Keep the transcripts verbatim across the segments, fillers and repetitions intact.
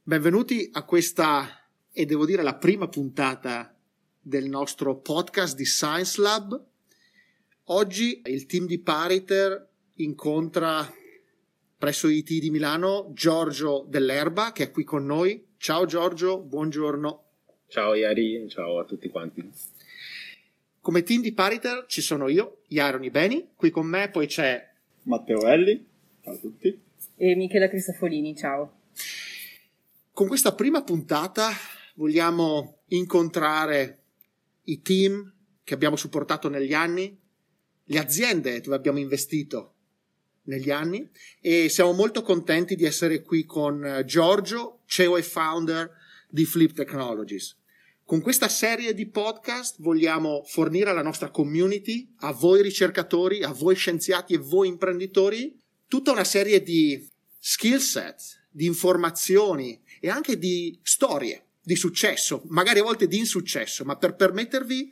Benvenuti a questa, e devo dire la prima puntata del nostro podcast di Science Lab. Oggi il team di Pariter incontra presso I T di Milano Giorgio Dell'Erba, che è qui con noi. Ciao Giorgio, buongiorno. Ciao Iari, ciao a tutti quanti. Come team di Pariter ci sono io, Jaron Ibeni, qui con me poi c'è Matteo Elli, ciao a tutti. E Michela Cristofolini, ciao. Con questa prima puntata vogliamo incontrare i team che abbiamo supportato negli anni, le aziende dove abbiamo investito negli anni, e siamo molto contenti di essere qui con Giorgio, C E O e founder di Flip Technologies. Con questa serie di podcast vogliamo fornire alla nostra community, a voi ricercatori, a voi scienziati e voi imprenditori, tutta una serie di skill set, di informazioni e anche di storie di successo, magari a volte di insuccesso, ma per permettervi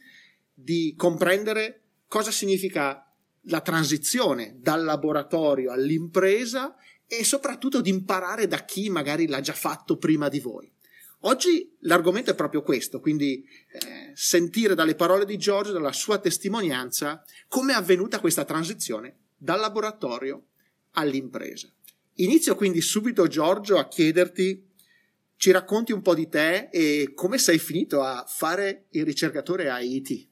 di comprendere cosa significa la transizione dal laboratorio all'impresa e soprattutto di imparare da chi magari l'ha già fatto prima di voi. Oggi l'argomento è proprio questo, quindi eh, sentire dalle parole di Giorgio, dalla sua testimonianza, come è avvenuta questa transizione dal laboratorio all'impresa. Inizio quindi subito, Giorgio, a chiederti, ci racconti un po' di te e come sei finito a fare il ricercatore a I T?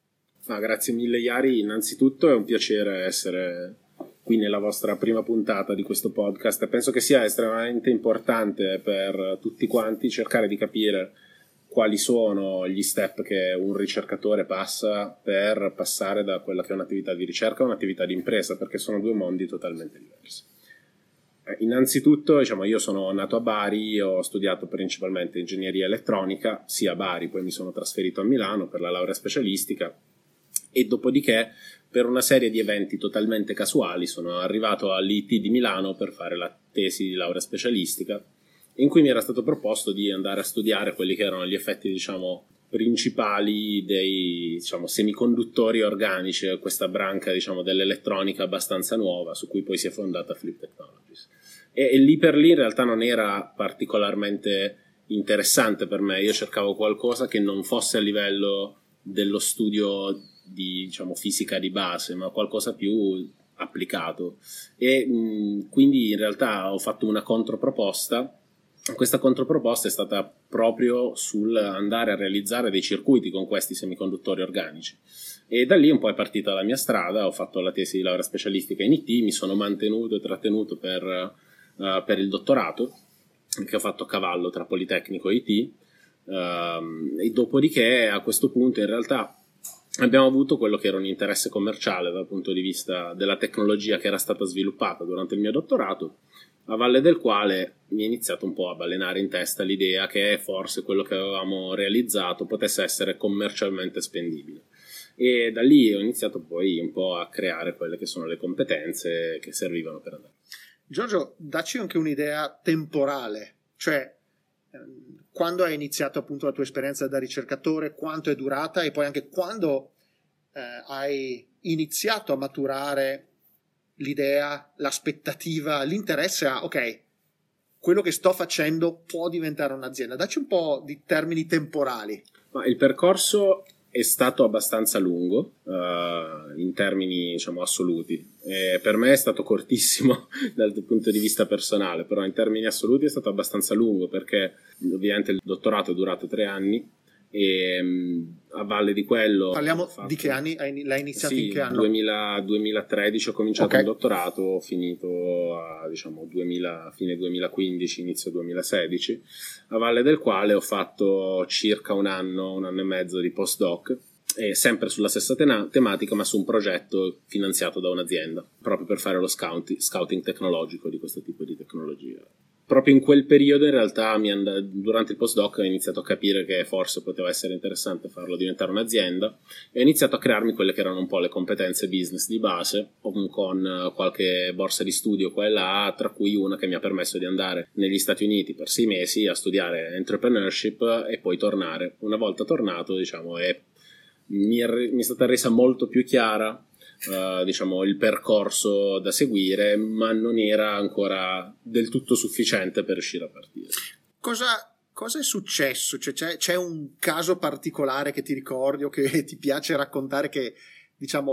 Ah, grazie mille Iari, innanzitutto è un piacere essere qui nella vostra prima puntata di questo podcast. Penso che sia estremamente importante per tutti quanti cercare di capire quali sono gli step che un ricercatore passa per passare da quella che è un'attività di ricerca a un'attività di impresa, perché sono due mondi totalmente diversi. Innanzitutto, diciamo, io sono nato a Bari, ho studiato principalmente ingegneria elettronica, sia a Bari, poi mi sono trasferito a Milano per la laurea specialistica e dopodiché per una serie di eventi totalmente casuali sono arrivato all'I T di Milano per fare la tesi di laurea specialistica, in cui mi era stato proposto di andare a studiare quelli che erano gli effetti, diciamo, principali dei, diciamo, semiconduttori organici, questa branca, diciamo, dell'elettronica abbastanza nuova su cui poi si è fondata Flip Technologies. E, e lì per lì in realtà non era particolarmente interessante per me, io cercavo qualcosa che non fosse a livello dello studio di, diciamo, fisica di base, ma qualcosa più applicato, e mh, quindi in realtà ho fatto una controproposta. Questa controproposta è stata proprio sul andare a realizzare dei circuiti con questi semiconduttori organici, e da lì un po' è partita la mia strada. Ho fatto la tesi di laurea specialistica in I T, mi sono mantenuto e trattenuto per, uh, per il dottorato che ho fatto a cavallo tra Politecnico e I T, uh, e dopodiché a questo punto in realtà abbiamo avuto quello che era un interesse commerciale dal punto di vista della tecnologia che era stata sviluppata durante il mio dottorato, a valle del quale mi è iniziato un po' a balenare in testa l'idea che forse quello che avevamo realizzato potesse essere commercialmente spendibile. E da lì ho iniziato poi un po' a creare quelle che sono le competenze che servivano per andare. Giorgio, dacci anche un'idea temporale, cioè quando hai iniziato appunto la tua esperienza da ricercatore, quanto è durata e poi anche quando eh, hai iniziato a maturare l'idea, l'aspettativa, l'interesse a ok, quello che sto facendo può diventare un'azienda. Dacci un po' di termini temporali. Ma il percorso è stato abbastanza lungo uh, in termini, diciamo, assoluti, e per me è stato cortissimo dal punto di vista personale, però in termini assoluti è stato abbastanza lungo perché ovviamente il dottorato è durato tre anni e um, a valle di quello parliamo fatto... di che anni? L'hai iniziato sì, in che anno? duemila, duemilatredici ho cominciato okay. il dottorato, ho finito a, diciamo, duemila, fine duemilaquindici, inizio duemilasedici, a valle del quale ho fatto circa un anno, un anno e mezzo di postdoc, e sempre sulla stessa tena- tematica ma su un progetto finanziato da un'azienda, proprio per fare lo scouting, scouting tecnologico di questo tipo di tecnologia. Proprio in quel periodo in realtà mi and- durante il postdoc ho iniziato a capire che forse poteva essere interessante farlo diventare un'azienda e ho iniziato a crearmi quelle che erano un po' le competenze business di base, con qualche borsa di studio qua e là, tra cui una che mi ha permesso di andare negli Stati Uniti per sei mesi a studiare entrepreneurship e poi tornare. Una volta tornato, diciamo, è, mi, è, mi è stata resa molto più chiara Uh, diciamo il percorso da seguire, ma non era ancora del tutto sufficiente per riuscire a partire. cosa, cosa è successo? Cioè, c'è, c'è un caso particolare che ti ricordi o che ti piace raccontare che, diciamo,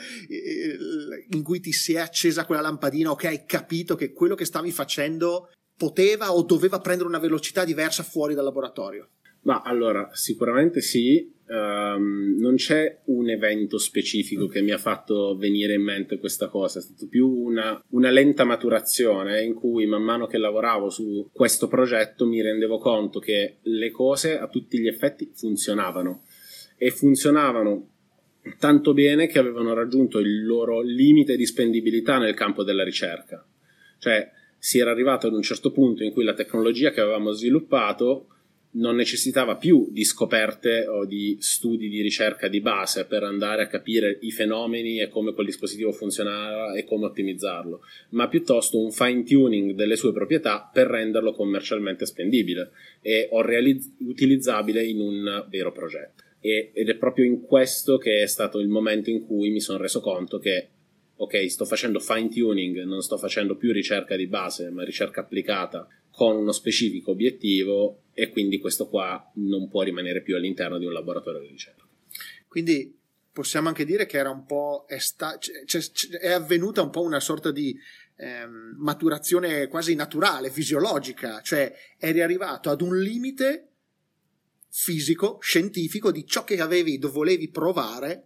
in cui ti si è accesa quella lampadina o che hai capito che quello che stavi facendo poteva o doveva prendere una velocità diversa fuori dal laboratorio? Ma allora, sicuramente sì, um, non c'è un evento specifico che mi ha fatto venire in mente questa cosa, è stato più una, una lenta maturazione in cui man mano che lavoravo su questo progetto mi rendevo conto che le cose a tutti gli effetti funzionavano e funzionavano tanto bene che avevano raggiunto il loro limite di spendibilità nel campo della ricerca. Cioè si era arrivato ad un certo punto in cui la tecnologia che avevamo sviluppato non necessitava più di scoperte o di studi di ricerca di base per andare a capire i fenomeni e come quel dispositivo funzionava e come ottimizzarlo, ma piuttosto un fine tuning delle sue proprietà per renderlo commercialmente spendibile e o realizz- utilizzabile in un vero progetto. E, ed è proprio in questo che è stato il momento in cui mi sono reso conto che ok, sto facendo fine tuning, non sto facendo più ricerca di base, ma ricerca applicata con uno specifico obiettivo, e quindi questo qua non può rimanere più all'interno di un laboratorio di ricerca. Quindi possiamo anche dire che era un po' è, sta, cioè, è avvenuta un po' una sorta di ehm, maturazione quasi naturale, fisiologica, cioè eri arrivato ad un limite fisico, scientifico di ciò che avevi, volevi provare,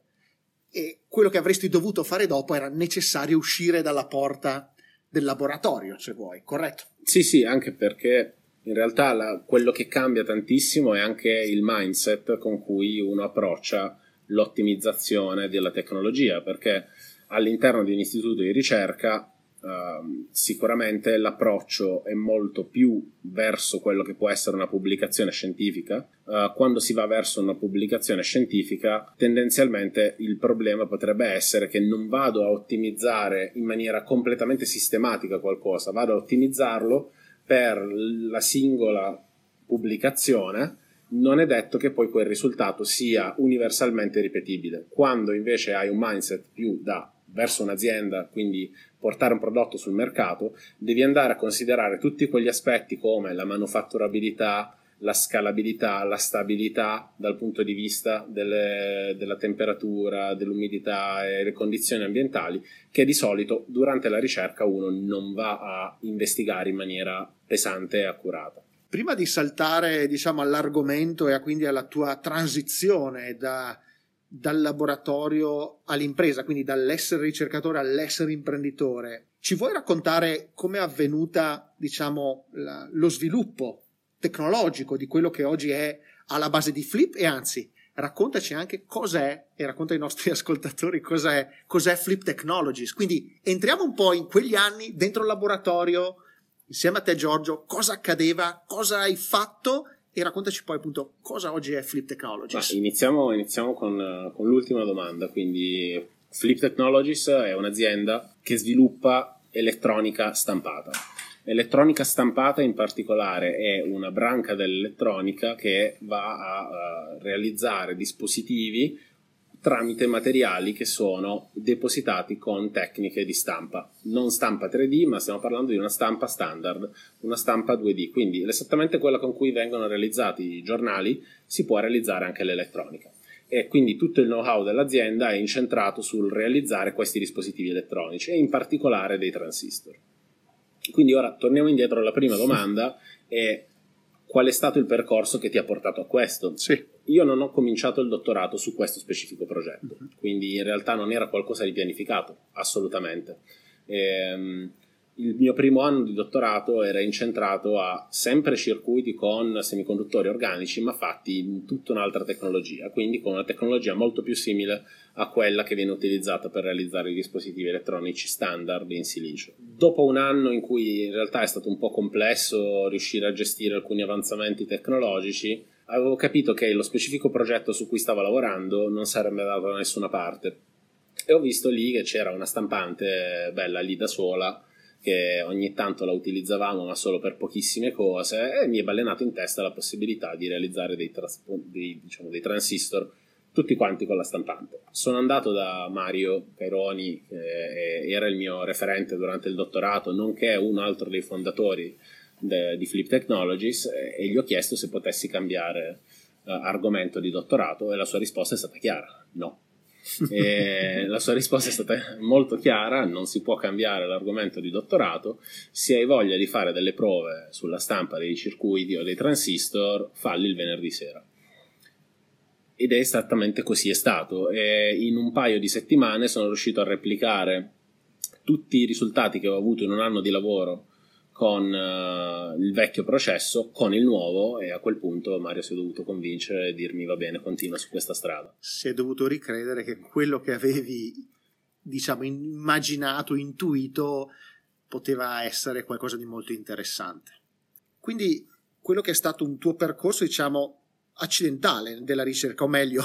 e quello che avresti dovuto fare dopo era necessario uscire dalla porta del laboratorio, se vuoi, corretto? Sì, sì, anche perché in realtà la, quello che cambia tantissimo è anche il mindset con cui uno approccia l'ottimizzazione della tecnologia, perché all'interno di un istituto di ricerca Uh, sicuramente l'approccio è molto più verso quello che può essere una pubblicazione scientifica. Uh, quando si va verso una pubblicazione scientifica, tendenzialmente il problema potrebbe essere che non vado a ottimizzare in maniera completamente sistematica qualcosa, vado a ottimizzarlo per la singola pubblicazione. Non è detto che poi quel risultato sia universalmente ripetibile. Quando invece hai un mindset più da verso un'azienda, quindi portare un prodotto sul mercato, devi andare a considerare tutti quegli aspetti come la manufatturabilità, la scalabilità, la stabilità dal punto di vista delle, della temperatura, dell'umidità e le condizioni ambientali, che di solito durante la ricerca uno non va a investigare in maniera pesante e accurata. Prima di saltare, diciamo, all'argomento e quindi alla tua transizione da dal laboratorio all'impresa, quindi dall'essere ricercatore all'essere imprenditore, ci vuoi raccontare come è avvenuta, diciamo, la, lo sviluppo tecnologico di quello che oggi è alla base di Flip, e anzi raccontaci anche cos'è, e racconta ai nostri ascoltatori cos'è, cos'è Flip Technologies. Quindi entriamo un po' in quegli anni dentro il laboratorio insieme a te, Giorgio, cosa accadeva, cosa hai fatto, e raccontaci poi appunto cosa oggi è Flip Technologies. Ma iniziamo, iniziamo con, con l'ultima domanda. Quindi Flip Technologies è un'azienda che sviluppa elettronica stampata. Elettronica stampata in particolare è una branca dell'elettronica che va a, a realizzare dispositivi tramite materiali che sono depositati con tecniche di stampa, non stampa tre D, ma stiamo parlando di una stampa standard, una stampa due D, quindi esattamente quella con cui vengono realizzati i giornali si può realizzare anche l'elettronica, e quindi tutto il know-how dell'azienda è incentrato sul realizzare questi dispositivi elettronici e in particolare dei transistor. Quindi ora torniamo indietro alla prima domanda, e qual è stato il percorso che ti ha portato a questo? Sì. Io non ho cominciato il dottorato su questo specifico progetto, quindi in realtà non era qualcosa di pianificato, assolutamente. Ehm, il mio primo anno di dottorato era incentrato a sempre circuiti con semiconduttori organici, ma fatti in tutta un'altra tecnologia, quindi con una tecnologia molto più simile a quella che viene utilizzata per realizzare i dispositivi elettronici standard in silicio. Dopo un anno in cui in realtà è stato un po' complesso riuscire a gestire alcuni avanzamenti tecnologici, avevo capito che lo specifico progetto su cui stavo lavorando non sarebbe andato da nessuna parte, e ho visto lì che c'era una stampante bella lì da sola, che ogni tanto la utilizzavamo ma solo per pochissime cose, e mi è balenato in testa la possibilità di realizzare dei, tras- dei, diciamo, dei transistor tutti quanti con la stampante. Sono andato da Mario Caironi, che era il mio referente durante il dottorato, nonché un altro dei fondatori de, di Flip Technologies e, e gli ho chiesto se potessi cambiare uh, argomento di dottorato e la sua risposta è stata chiara, no. E la sua risposta è stata molto chiara: non si può cambiare l'argomento di dottorato, se hai voglia di fare delle prove sulla stampa dei circuiti o dei transistor, falli il venerdì sera. Ed è esattamente così è stato, e in un paio di settimane sono riuscito a replicare tutti i risultati che ho avuto in un anno di lavoro con uh, il vecchio processo, con il nuovo, e a quel punto Mario si è dovuto convincere e dirmi va bene, continua su questa strada. Si è dovuto ricredere che quello che avevi, diciamo, immaginato, intuito, poteva essere qualcosa di molto interessante. Quindi quello che è stato un tuo percorso, diciamo, accidentale della ricerca, o meglio,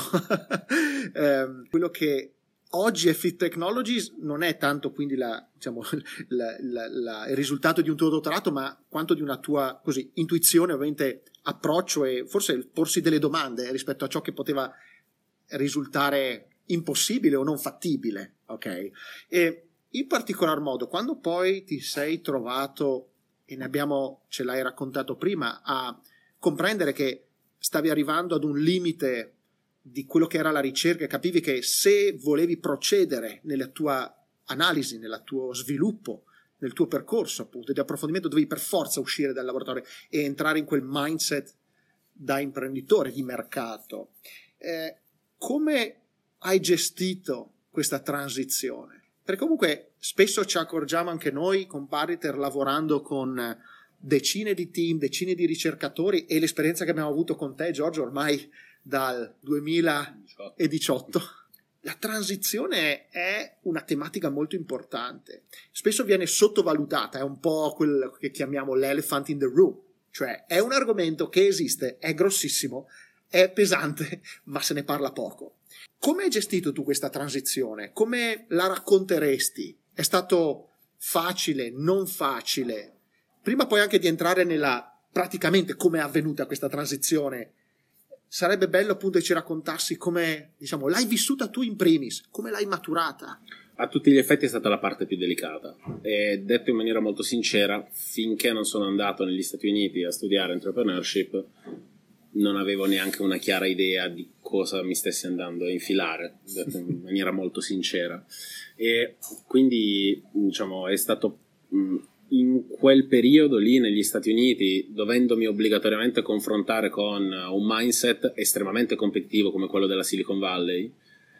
eh, quello che oggi è Flip Technologies non è tanto quindi la, diciamo, la, la, la, il risultato di un tuo dottorato, ma quanto di una tua così, intuizione, ovviamente approccio e forse porsi delle domande rispetto a ciò che poteva risultare impossibile o non fattibile, ok? E in particolar modo quando poi ti sei trovato, e ne abbiamo, ce l'hai raccontato prima, a comprendere che stavi arrivando ad un limite di quello che era la ricerca, capivi che se volevi procedere nella tua analisi, nel tuo sviluppo, nel tuo percorso appunto di approfondimento, dovevi per forza uscire dal laboratorio e entrare in quel mindset da imprenditore di mercato. Eh, come hai gestito questa transizione? Perché comunque spesso ci accorgiamo anche noi con Pariter, lavorando con decine di team, decine di ricercatori, e l'esperienza che abbiamo avuto con te, Giorgio, ormai dal duemiladiciotto, la transizione è una tematica molto importante, spesso viene sottovalutata, è un po' quello che chiamiamo l'elephant in the room, cioè è un argomento che esiste, è grossissimo, è pesante, ma se ne parla poco. Come hai gestito tu questa transizione? Come la racconteresti? È stato facile, non facile? Prima poi anche di entrare nella praticamente come è avvenuta questa transizione, sarebbe bello appunto che ci raccontassi come, diciamo, l'hai vissuta tu in primis, come l'hai maturata. A tutti gli effetti è stata la parte più delicata, e detto in maniera molto sincera, finché non sono andato negli Stati Uniti a studiare entrepreneurship non avevo neanche una chiara idea di cosa mi stessi andando a infilare, detto in maniera molto sincera. E quindi, diciamo, è stato mh, in quel periodo lì negli Stati Uniti, dovendomi obbligatoriamente confrontare con un mindset estremamente competitivo come quello della Silicon Valley,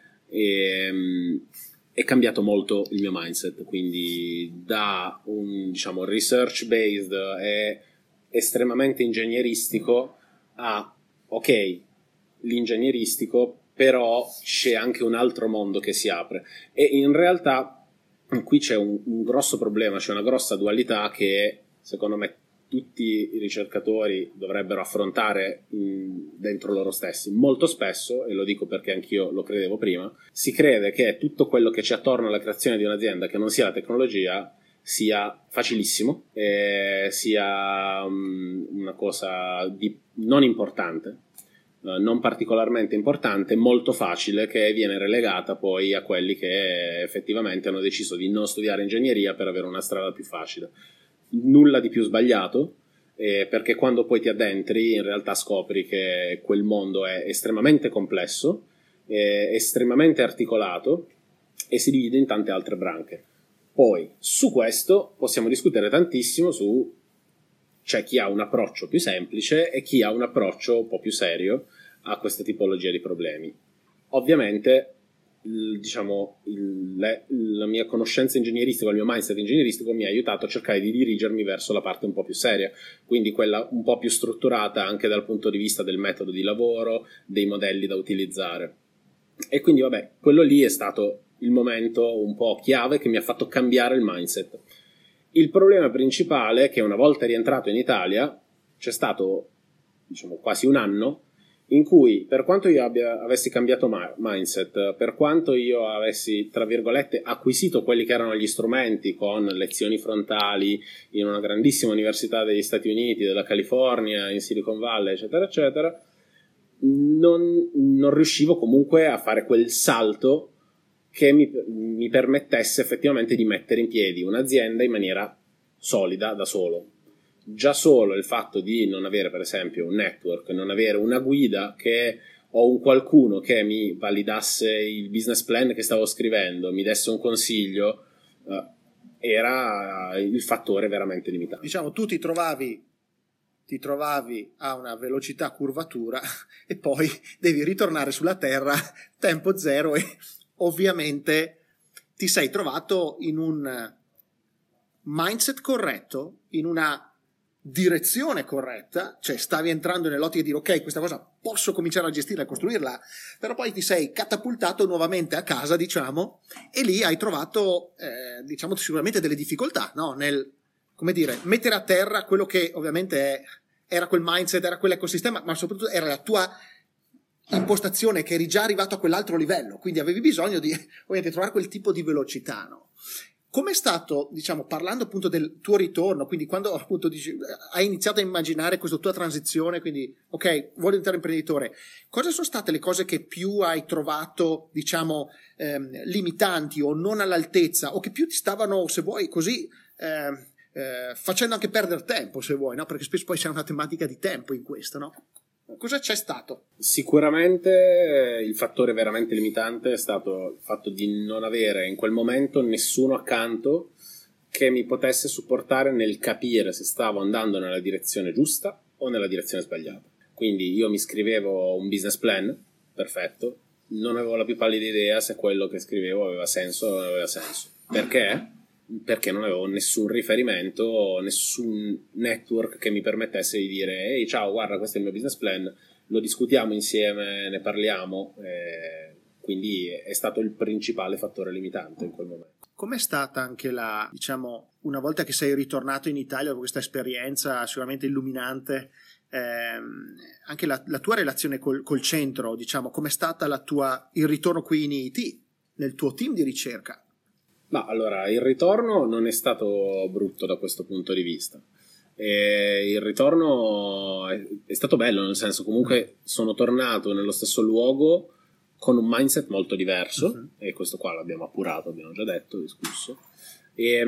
e, mh, è cambiato molto il mio mindset, quindi da un, diciamo, research based e estremamente ingegneristico a ok, l'ingegneristico, però c'è anche un altro mondo che si apre, e in realtà qui c'è un, un grosso problema, c'è una grossa dualità che secondo me tutti i ricercatori dovrebbero affrontare in, dentro loro stessi. Molto spesso, e lo dico perché anch'io lo credevo prima, si crede che tutto quello che c'è attorno alla creazione di un'azienda che non sia la tecnologia sia facilissimo, eh, sia um, una cosa di, non importante, uh, non particolarmente importante, molto facile, che viene relegata poi a quelli che effettivamente hanno deciso di non studiare ingegneria per avere una strada più facile. Nulla di più sbagliato, eh, perché quando poi ti addentri in realtà scopri che quel mondo è estremamente complesso, è estremamente articolato e si divide in tante altre branche. Poi su questo possiamo discutere tantissimo, su c'è chi ha un approccio più semplice e chi ha un approccio un po' più serio a questa tipologia di problemi. Ovviamente il, diciamo il, le, la mia conoscenza ingegneristica, il mio mindset ingegneristico mi ha aiutato a cercare di dirigermi verso la parte un po' più seria, quindi quella un po' più strutturata anche dal punto di vista del metodo di lavoro, dei modelli da utilizzare. E quindi vabbè, quello lì è stato il momento un po' chiave che mi ha fatto cambiare il mindset. Il problema principale è che una volta rientrato in Italia c'è stato, diciamo, quasi un anno in cui, per quanto io abbia, avessi cambiato ma- mindset, per quanto io avessi, tra virgolette, acquisito quelli che erano gli strumenti con lezioni frontali in una grandissima università degli Stati Uniti, della California, in Silicon Valley, eccetera, eccetera, non, non riuscivo comunque a fare quel salto che mi, mi permettesse effettivamente di mettere in piedi un'azienda in maniera solida da solo. già solo il fatto di non avere per esempio un network, non avere una guida che o un qualcuno che mi validasse il business plan che stavo scrivendo, mi desse un consiglio, eh, era il fattore veramente limitato. Diciamo, tu ti trovavi ti trovavi a una velocità curvatura e poi devi ritornare sulla terra tempo zero e ovviamente ti sei trovato in un mindset corretto, in una direzione corretta, cioè stavi entrando nell'ottica di dire ok, questa cosa posso cominciare a gestirla e costruirla, però poi ti sei catapultato nuovamente a casa, diciamo, e lì hai trovato eh, diciamo sicuramente delle difficoltà, no? Nel, come dire, mettere a terra quello che ovviamente è, era quel mindset, era quell'ecosistema, ma soprattutto era la tua impostazione, che eri già arrivato a quell'altro livello, quindi avevi bisogno di ovviamente trovare quel tipo di velocità, no? Com'è stato, diciamo, parlando appunto del tuo ritorno, quindi quando appunto dici, hai iniziato a immaginare questa tua transizione, quindi ok, voglio diventare imprenditore, cosa sono state le cose che più hai trovato, diciamo, ehm, limitanti o non all'altezza, o che più ti stavano, se vuoi, così ehm, eh, facendo anche perdere tempo, se vuoi, no? Perché spesso poi c'è una tematica di tempo in questo, no? Cosa c'è stato? Sicuramente il fattore veramente limitante è stato il fatto di non avere in quel momento nessuno accanto che mi potesse supportare nel capire se stavo andando nella direzione giusta o nella direzione sbagliata. Quindi io mi scrivevo un business plan, perfetto, non avevo la più pallida idea se quello che scrivevo aveva senso o non aveva senso. Perché? Perché non avevo nessun riferimento, nessun network che mi permettesse di dire ehi ciao, guarda, questo è il mio business plan, lo discutiamo insieme, ne parliamo, eh, quindi è stato il principale fattore limitante in quel momento. Com'è stata anche la, diciamo, una volta che sei ritornato in Italia con questa esperienza sicuramente illuminante, ehm, anche la, la tua relazione col, col centro, diciamo, com'è stata la tua, il ritorno qui in I T, nel tuo team di ricerca? Ma allora, il ritorno non è stato brutto da questo punto di vista. E il ritorno è, è stato bello, nel senso, comunque sono tornato nello stesso luogo con un mindset molto diverso, uh-huh. E questo qua l'abbiamo appurato, abbiamo già detto, discusso, e,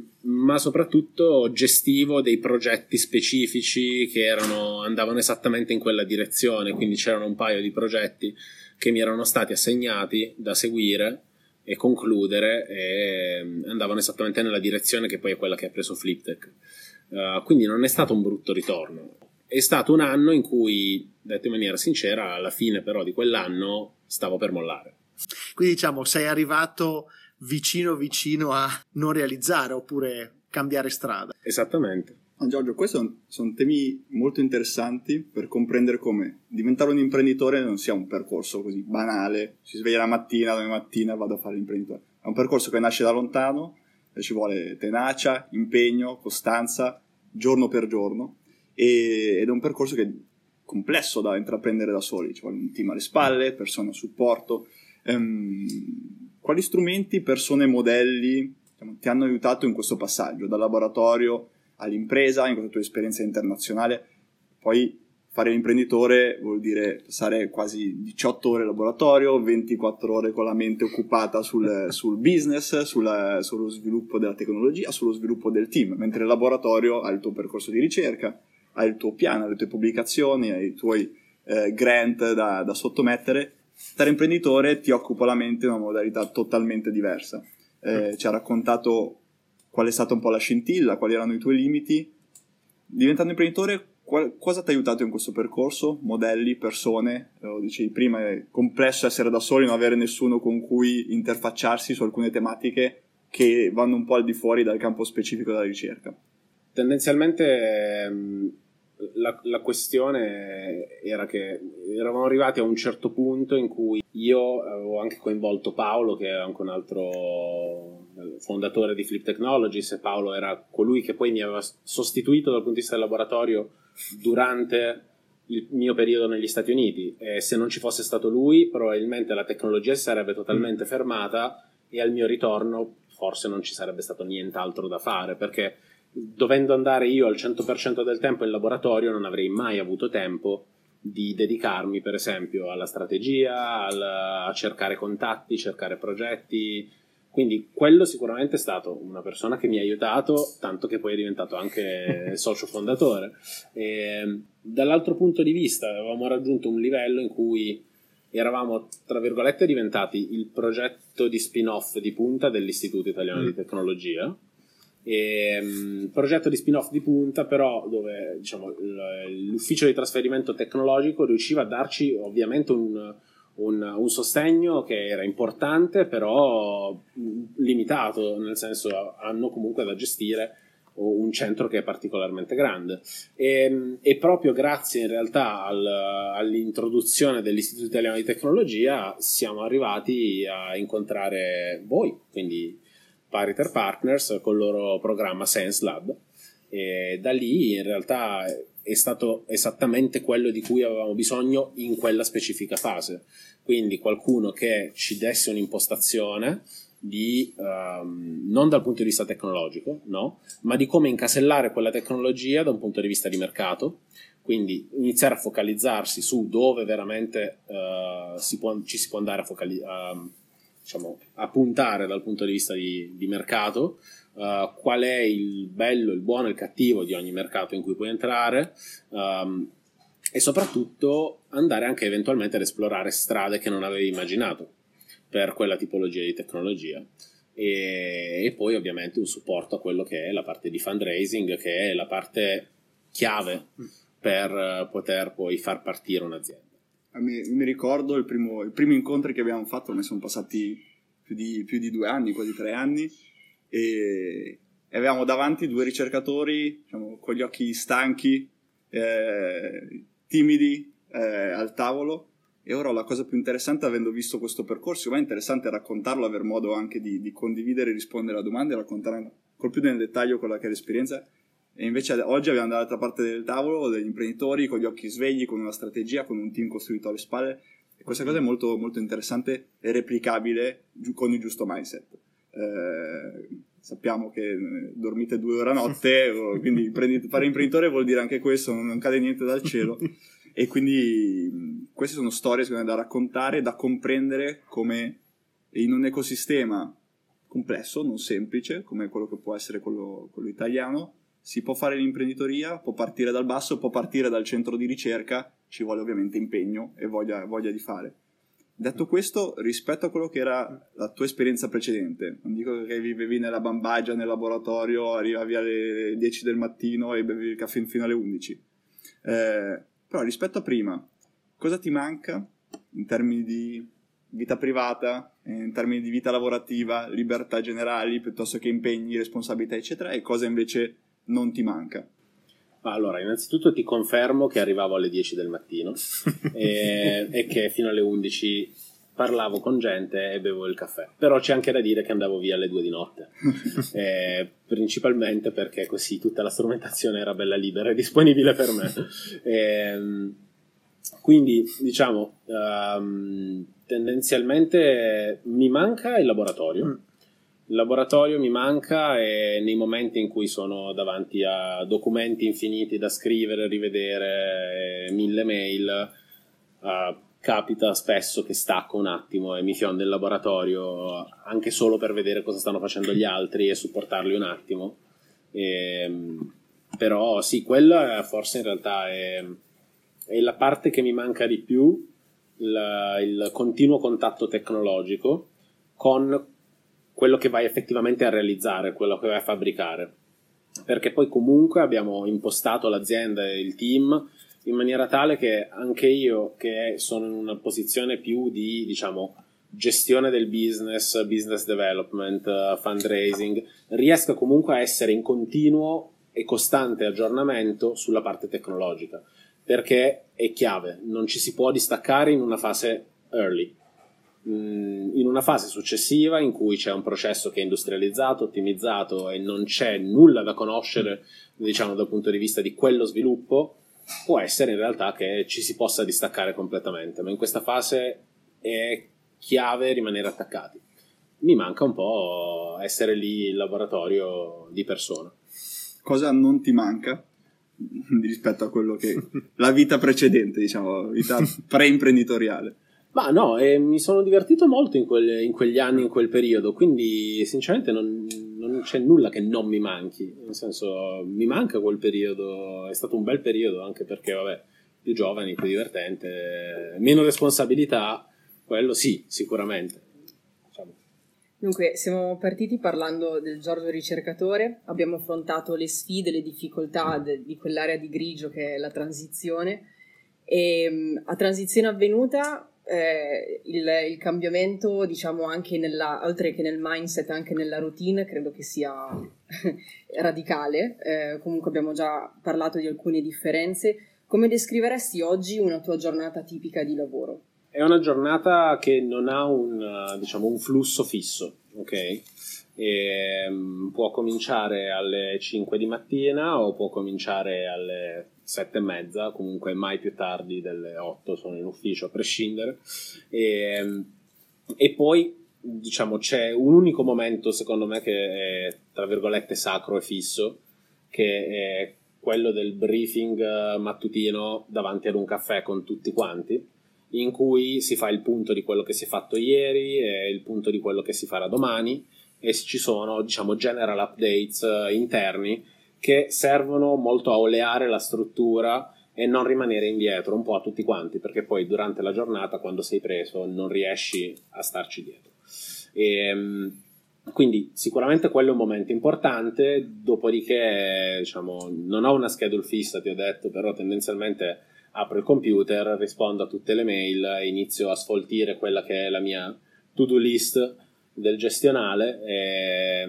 ma soprattutto gestivo dei progetti specifici che erano, andavano esattamente in quella direzione, quindi c'erano un paio di progetti che mi erano stati assegnati da seguire e concludere, e andavano esattamente nella direzione che poi è quella che ha preso Fliptech. Uh, quindi non è stato un brutto ritorno, è stato un anno in cui, detto in maniera sincera, alla fine però di quell'anno stavo per mollare. Quindi diciamo sei arrivato vicino vicino a non realizzare oppure cambiare strada. Esattamente. Ah, Giorgio, questi sono, sono temi molto interessanti per comprendere come diventare un imprenditore non sia un percorso così banale, si sveglia la mattina, domani mattina vado a fare l'imprenditore. È un percorso che nasce da lontano, e ci vuole tenacia, impegno, costanza, giorno per giorno, e, ed è un percorso che è complesso da intraprendere da soli, ci vuole un team alle spalle, persone a supporto. Ehm, quali strumenti, persone, modelli diciamo, ti hanno aiutato in questo passaggio, dal laboratorio all'impresa, in questa tua esperienza internazionale? Poi fare l'imprenditore vuol dire passare quasi diciotto ore in laboratorio, ventiquattro ore con la mente occupata sul, sul business, sulla, sullo sviluppo della tecnologia, sullo sviluppo del team, mentre il laboratorio ha il tuo percorso di ricerca, ha il tuo piano, le tue pubblicazioni, hai i tuoi eh, grant da, da sottomettere. Stare imprenditore ti occupa la mente in una modalità totalmente diversa. Eh, ci ha raccontato qual è stata un po' la scintilla, quali erano i tuoi limiti. Diventando imprenditore, qual- cosa ti ha aiutato in questo percorso? Modelli, persone? Lo dicevi prima, è complesso essere da soli, non avere nessuno con cui interfacciarsi su alcune tematiche che vanno un po' al di fuori dal campo specifico della ricerca. Tendenzialmente ehm, la, la questione era che eravamo arrivati a un certo punto in cui io avevo anche coinvolto Paolo, che è anche un altro fondatore di Flip Technologies, e Paolo era colui che poi mi aveva sostituito dal punto di vista del laboratorio durante il mio periodo negli Stati Uniti, e se non ci fosse stato lui probabilmente la tecnologia si sarebbe totalmente fermata e al mio ritorno forse non ci sarebbe stato nient'altro da fare, perché dovendo andare io al cento per cento del tempo in laboratorio non avrei mai avuto tempo di dedicarmi per esempio alla strategia, al, a cercare contatti, cercare progetti. Quindi quello sicuramente è stato una persona che mi ha aiutato, tanto che poi è diventato anche socio fondatore. E, dall'altro punto di vista avevamo raggiunto un livello in cui eravamo, tra virgolette, diventati il progetto di spin-off di punta dell'Istituto Italiano mm. di Tecnologia. E, um, progetto di spin-off di punta, però dove diciamo, l'ufficio di trasferimento tecnologico riusciva a darci ovviamente un Un, un sostegno che era importante, però limitato, nel senso hanno comunque da gestire un centro che è particolarmente grande e, e proprio grazie in realtà al, all'introduzione dell'Istituto Italiano di Tecnologia siamo arrivati a incontrare voi, quindi Pariter Partners con il loro programma SenseLab, e da lì in realtà è stato esattamente quello di cui avevamo bisogno in quella specifica fase, quindi qualcuno che ci desse un'impostazione di um, non dal punto di vista tecnologico, no, ma di come incasellare quella tecnologia da un punto di vista di mercato, quindi iniziare a focalizzarsi su dove veramente uh, si può, ci si può andare a focalizzare, uh, diciamo, a puntare dal punto di vista di, di mercato. Uh, qual è il bello, il buono e il cattivo di ogni mercato in cui puoi entrare, um, e soprattutto andare anche eventualmente ad esplorare strade che non avevi immaginato per quella tipologia di tecnologia, e, e poi ovviamente un supporto a quello che è la parte di fundraising, che è la parte chiave per uh, poter poi far partire un'azienda. Mi, mi ricordo il primo, il primo incontro che abbiamo fatto, ne sono passati più di, più di due anni, quasi tre anni, e avevamo davanti due ricercatori, diciamo, con gli occhi stanchi, eh, timidi, eh, al tavolo. E ora la cosa più interessante, avendo visto questo percorso, ma è interessante raccontarlo, aver modo anche di, di condividere, rispondere a domande, raccontare col più nel dettaglio quella che è l'esperienza. E invece oggi abbiamo dall'altra parte del tavolo degli imprenditori con gli occhi svegli, con una strategia, con un team costruito alle spalle. E questa cosa è molto, molto interessante e replicabile con il giusto mindset. Eh, sappiamo che dormite due ore a notte, quindi fare imprenditore vuol dire anche questo, non cade niente dal cielo. E quindi queste sono storie secondo me da raccontare, da comprendere come in un ecosistema complesso, non semplice, come quello che può essere quello, quello italiano, si può fare l'imprenditoria, può partire dal basso, può partire dal centro di ricerca, ci vuole ovviamente impegno e voglia, voglia di fare. Detto questo, rispetto a quello che era la tua esperienza precedente, non dico che vivevi nella bambagia, nel laboratorio, arrivavi alle dieci del mattino e bevevi il caffè fino alle undici, eh, però rispetto a prima, cosa ti manca in termini di vita privata, in termini di vita lavorativa, libertà generali, piuttosto che impegni, responsabilità, eccetera, e cosa invece non ti manca? Allora, innanzitutto ti confermo che arrivavo alle dieci del mattino e, e che fino alle undici parlavo con gente e bevo il caffè, però c'è anche da dire che andavo via alle due di notte, eh, principalmente perché così tutta la strumentazione era bella libera e disponibile per me. E, quindi diciamo um, tendenzialmente mi manca il laboratorio. Il laboratorio mi manca, e nei momenti in cui sono davanti a documenti infiniti da scrivere, rivedere, mille mail, uh, capita spesso che stacco un attimo e mi fiondo in laboratorio anche solo per vedere cosa stanno facendo gli altri e supportarli un attimo. E, però sì, quella forse in realtà è, è la parte che mi manca di più, la, il continuo contatto tecnologico con quello che vai effettivamente a realizzare, quello che vai a fabbricare, perché poi comunque abbiamo impostato l'azienda e il team in maniera tale che anche io, che sono in una posizione più di, diciamo, gestione del business, business development, uh, fundraising, riesca comunque a essere in continuo e costante aggiornamento sulla parte tecnologica, perché è chiave, non ci si può distaccare in una fase early. In una fase successiva in cui c'è un processo che è industrializzato, ottimizzato e non c'è nulla da conoscere, diciamo, dal punto di vista di quello sviluppo, può essere in realtà che ci si possa distaccare completamente, ma in questa fase è chiave rimanere attaccati. Mi manca un po' essere lì in laboratorio di persona. Cosa non ti manca rispetto a quello che la vita precedente, diciamo, vita pre-imprenditoriale? Ma no, eh, mi sono divertito molto in, quel, in quegli anni, in quel periodo, quindi sinceramente non, non c'è nulla che non mi manchi, nel senso mi manca quel periodo, è stato un bel periodo anche perché vabbè, più giovani, più divertente, meno responsabilità, quello sì, sicuramente. Diciamo. Dunque, siamo partiti parlando del Giorgio ricercatore, abbiamo affrontato le sfide, le difficoltà de- di quell'area di grigio che è la transizione e a transizione avvenuta eh, il, il cambiamento, diciamo anche nella, oltre che nel mindset, anche nella routine, credo che sia radicale. Eh, comunque abbiamo già parlato di alcune differenze. Come descriveresti oggi una tua giornata tipica di lavoro? È una giornata che non ha un, diciamo, un flusso fisso, ok? E, um, può cominciare alle cinque di mattina o può cominciare alle sette e mezza, comunque mai più tardi delle otto, sono in ufficio a prescindere. E, e poi, diciamo, c'è un unico momento, secondo me, che è, tra virgolette, sacro e fisso, che è quello del briefing mattutino davanti ad un caffè con tutti quanti, in cui si fa il punto di quello che si è fatto ieri e il punto di quello che si farà domani e ci sono, diciamo, general updates interni che servono molto a oleare la struttura e non rimanere indietro un po' a tutti quanti, perché poi durante la giornata, quando sei preso, non riesci a starci dietro. E, quindi sicuramente quello è un momento importante, dopodiché diciamo, non ho una schedule fissa, ti ho detto, però tendenzialmente apro il computer, rispondo a tutte le mail e inizio a sfoltire quella che è la mia to-do list del gestionale e,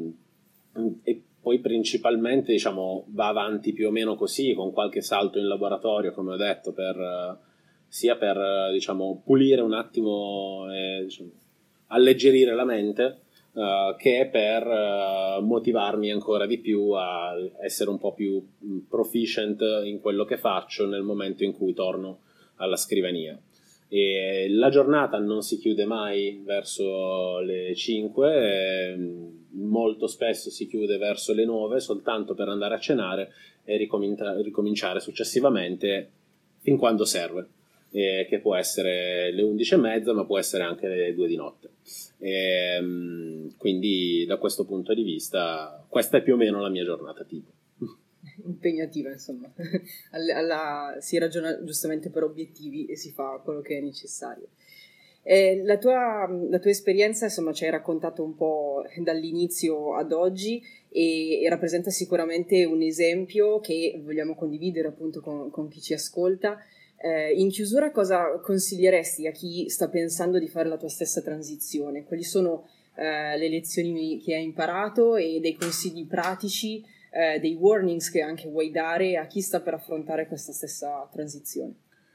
e poi principalmente diciamo, va avanti più o meno così, con qualche salto in laboratorio, come ho detto, per, sia per diciamo, pulire un attimo e diciamo, alleggerire la mente, Uh, che per uh, motivarmi ancora di più a essere un po' più proficient in quello che faccio nel momento in cui torno alla scrivania. E la giornata non si chiude mai verso le cinque, e molto spesso si chiude verso le nove soltanto per andare a cenare e ricomin- ricominciare successivamente fin quando serve. Eh, che può essere le undici e mezza ma può essere anche le due di notte e, um, quindi da questo punto di vista questa è più o meno la mia giornata tipo. Impegnativa insomma. alla, alla, si ragiona giustamente per obiettivi e si fa quello che è necessario. Eh, la, tua, la tua esperienza insomma ci hai raccontato un po' dall'inizio ad oggi e, e rappresenta sicuramente un esempio che vogliamo condividere appunto con, con chi ci ascolta. Eh, in chiusura cosa consiglieresti a chi sta pensando di fare la tua stessa transizione? Quali sono eh, le lezioni che hai imparato e dei consigli pratici, eh, dei warnings che anche vuoi dare a chi sta per affrontare questa stessa transizione?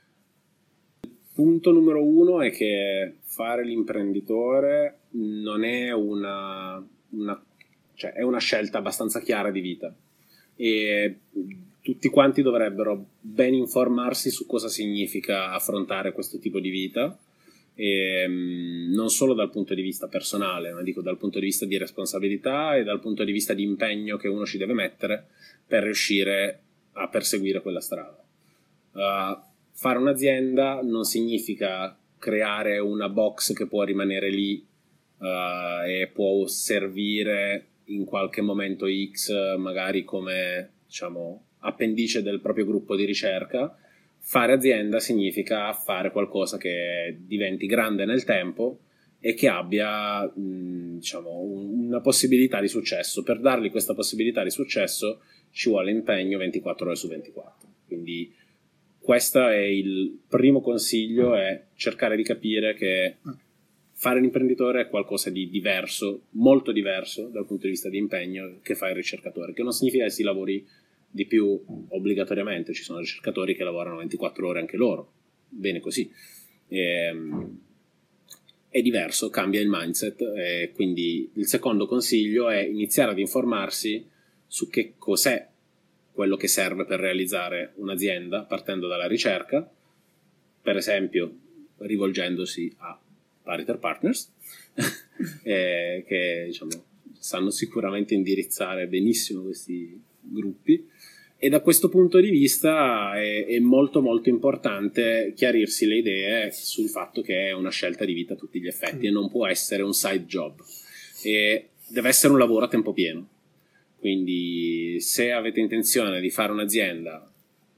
Punto numero uno è che fare l'imprenditore non è una, una, cioè è una scelta abbastanza chiara di vita e tutti quanti dovrebbero ben informarsi su cosa significa affrontare questo tipo di vita, e non solo dal punto di vista personale, ma dico dal punto di vista di responsabilità e dal punto di vista di impegno che uno ci deve mettere per riuscire a perseguire quella strada. Uh, fare un'azienda non significa creare una box che può rimanere lì uh, e può servire in qualche momento X magari come diciamo appendice del proprio gruppo di ricerca. Fare azienda significa fare qualcosa che diventi grande nel tempo e che abbia mh, diciamo, una possibilità di successo. Per dargli questa possibilità di successo ci vuole impegno ventiquattro ore su ventiquattro. Quindi questo è il primo consiglio, è cercare di capire che fare l'imprenditore è qualcosa di diverso, molto diverso dal punto di vista di impegno che fa il ricercatore, che non significa che si lavori di più obbligatoriamente, ci sono ricercatori che lavorano ventiquattro ore anche loro, bene così. E, è diverso, cambia il mindset e quindi il secondo consiglio è iniziare ad informarsi su che cos'è quello che serve per realizzare un'azienda partendo dalla ricerca, per esempio rivolgendosi a Pariter Partners eh, che diciamo, sanno sicuramente indirizzare benissimo questi gruppi e da questo punto di vista è, è molto molto importante chiarirsi le idee sul fatto che è una scelta di vita a tutti gli effetti mm. e non può essere un side job, e deve essere un lavoro a tempo pieno. Quindi se avete intenzione di fare un'azienda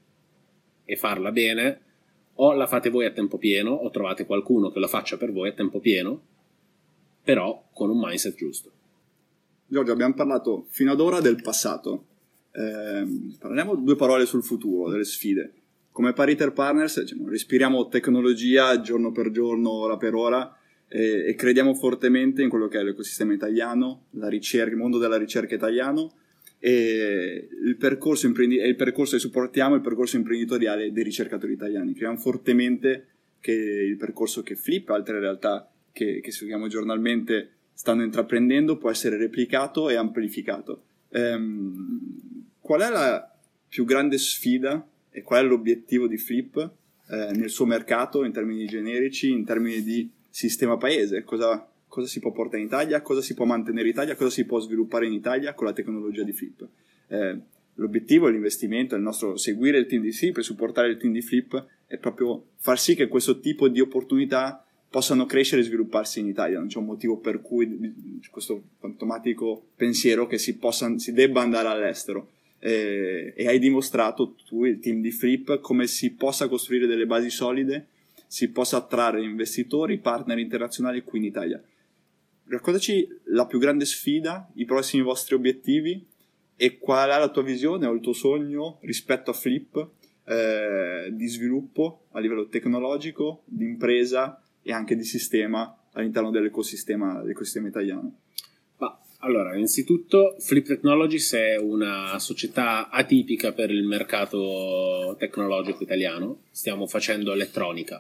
e farla bene, o la fate voi a tempo pieno o trovate qualcuno che lo faccia per voi a tempo pieno, però con un mindset giusto. Giorgio, abbiamo parlato fino ad ora del passato. Eh, parliamo due parole sul futuro, delle sfide. Come Pariter Partners diciamo, respiriamo tecnologia giorno per giorno, ora per ora, e, e crediamo fortemente in quello che è l'ecosistema italiano, la ricerca, il mondo della ricerca italiano, e il percorso, imprendi- il percorso che supportiamo è il percorso imprenditoriale dei ricercatori italiani. Crediamo fortemente che il percorso che Flip e altre realtà che, che seguiamo giornalmente stanno intraprendendo può essere replicato e amplificato. Ehm, qual è la più grande sfida e qual è l'obiettivo di Flip eh, nel suo mercato in termini generici, in termini di sistema paese? Cosa, cosa si può portare in Italia, cosa si può mantenere in Italia, cosa si può sviluppare in Italia con la tecnologia di Flip? Eh, l'obiettivo, l'investimento, il nostro seguire il team di Flip e supportare il team di Flip è proprio far sì che questo tipo di opportunità possano crescere e svilupparsi in Italia. Non c'è un motivo per cui questo fantomatico pensiero che si possa, si debba andare all'estero. Eh, e hai dimostrato tu, il team di Flip, come si possa costruire delle basi solide, si possa attrarre investitori, partner internazionali qui in Italia. Raccontaci la più grande sfida, i prossimi vostri obiettivi e qual è la tua visione o il tuo sogno rispetto a Flip eh, di sviluppo a livello tecnologico, di impresa e anche di sistema all'interno dell'ecosistema, dell'ecosistema italiano. Ma, allora, innanzitutto Flip Technologies è una società atipica per il mercato tecnologico italiano. Stiamo facendo elettronica.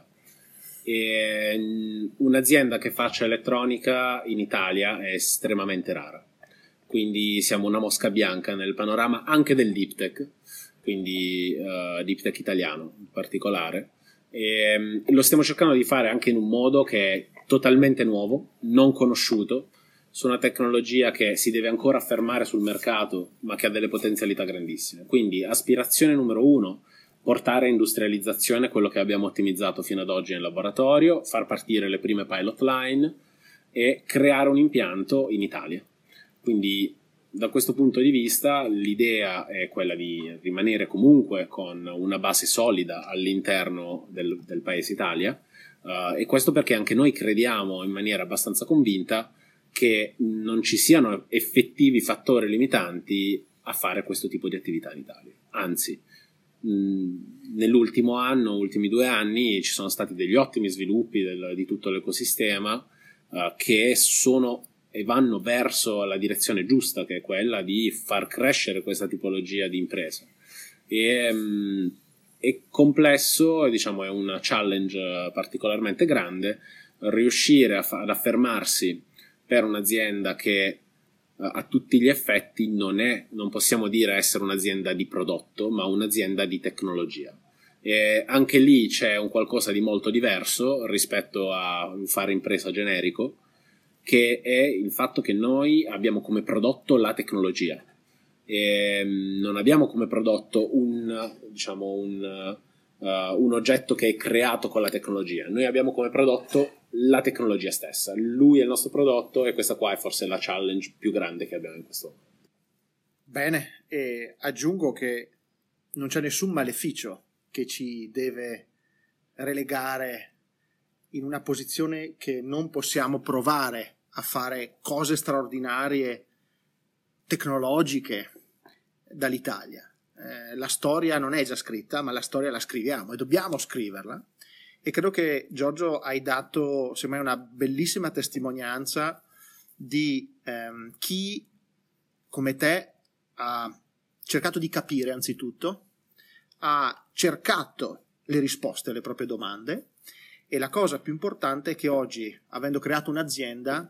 E un'azienda che faccia elettronica in Italia è estremamente rara. Quindi siamo una mosca bianca nel panorama anche del deep tech, quindi uh, deep tech italiano in particolare. E lo stiamo cercando di fare anche in un modo che è totalmente nuovo, non conosciuto, su una tecnologia che si deve ancora affermare sul mercato, ma che ha delle potenzialità grandissime. Quindi aspirazione numero uno, portare industrializzazione quello che abbiamo ottimizzato fino ad oggi nel laboratorio, far partire le prime pilot line e creare un impianto in Italia. Quindi da questo punto di vista l'idea è quella di rimanere comunque con una base solida all'interno del, del paese Italia, uh, e questo perché anche noi crediamo in maniera abbastanza convinta che non ci siano effettivi fattori limitanti a fare questo tipo di attività in Italia. Anzi, mh, nell'ultimo anno, ultimi due anni, ci sono stati degli ottimi sviluppi del, di tutto l'ecosistema uh, che sono e vanno verso la direzione giusta, che è quella di far crescere questa tipologia di impresa. E, um, è complesso, diciamo, è una challenge particolarmente grande riuscire a fa- ad affermarsi per un'azienda che uh, a tutti gli effetti non è, non possiamo dire essere un'azienda di prodotto, ma un'azienda di tecnologia. E anche lì c'è un qualcosa di molto diverso rispetto a un fare impresa generico, che è il fatto che noi abbiamo come prodotto la tecnologia e non abbiamo come prodotto un, diciamo, un, uh, un oggetto che è creato con la tecnologia. Noi abbiamo come prodotto la tecnologia stessa. Lui è il nostro prodotto e questa qua è forse la challenge più grande che abbiamo in questo momento. Bene, e aggiungo che non c'è nessun maleficio che ci deve relegare in una posizione che non possiamo provare a fare cose straordinarie tecnologiche dall'Italia. Eh, la storia non è già scritta, ma la storia la scriviamo e dobbiamo scriverla. E credo che, Giorgio, hai dato semmai una bellissima testimonianza di ehm, chi come te ha cercato di capire anzitutto, ha cercato le risposte alle proprie domande, e la cosa più importante è che oggi, avendo creato un'azienda,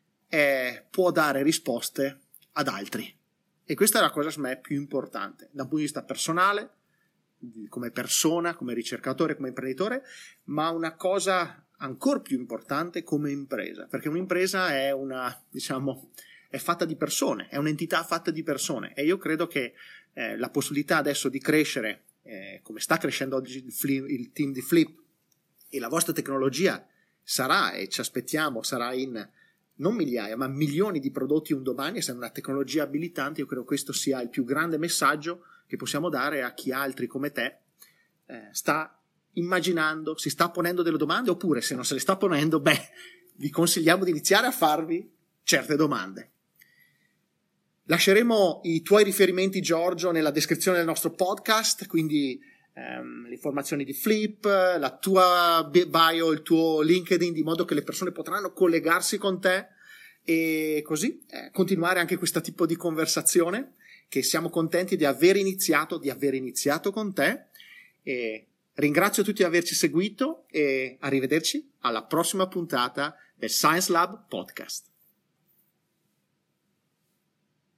eh, può dare risposte ad altri. E questa è la cosa, secondo me, più importante da un punto di vista personale, come persona, come ricercatore, come imprenditore, ma una cosa ancora più importante come impresa, perché un'impresa è una, diciamo, è fatta di persone, è un'entità fatta di persone, e io credo che eh, la possibilità adesso di crescere, eh, come sta crescendo oggi il, Flip, il team di Flip, e la vostra tecnologia sarà, e ci aspettiamo, sarà in non migliaia, ma milioni di prodotti un domani, essendo una tecnologia abilitante, io credo che questo sia il più grande messaggio che possiamo dare a chi altri come te eh, sta immaginando, si sta ponendo delle domande, oppure se non se le sta ponendo, beh, vi consigliamo di iniziare a farvi certe domande. Lasceremo i tuoi riferimenti, Giorgio, nella descrizione del nostro podcast, quindi ehm, le informazioni di Flip, la tua bio, il tuo LinkedIn, di modo che le persone potranno collegarsi con te e così eh, continuare anche questo tipo di conversazione, che siamo contenti di aver iniziato, di aver iniziato con te. E ringrazio tutti di averci seguito e arrivederci alla prossima puntata del Science Lab Podcast.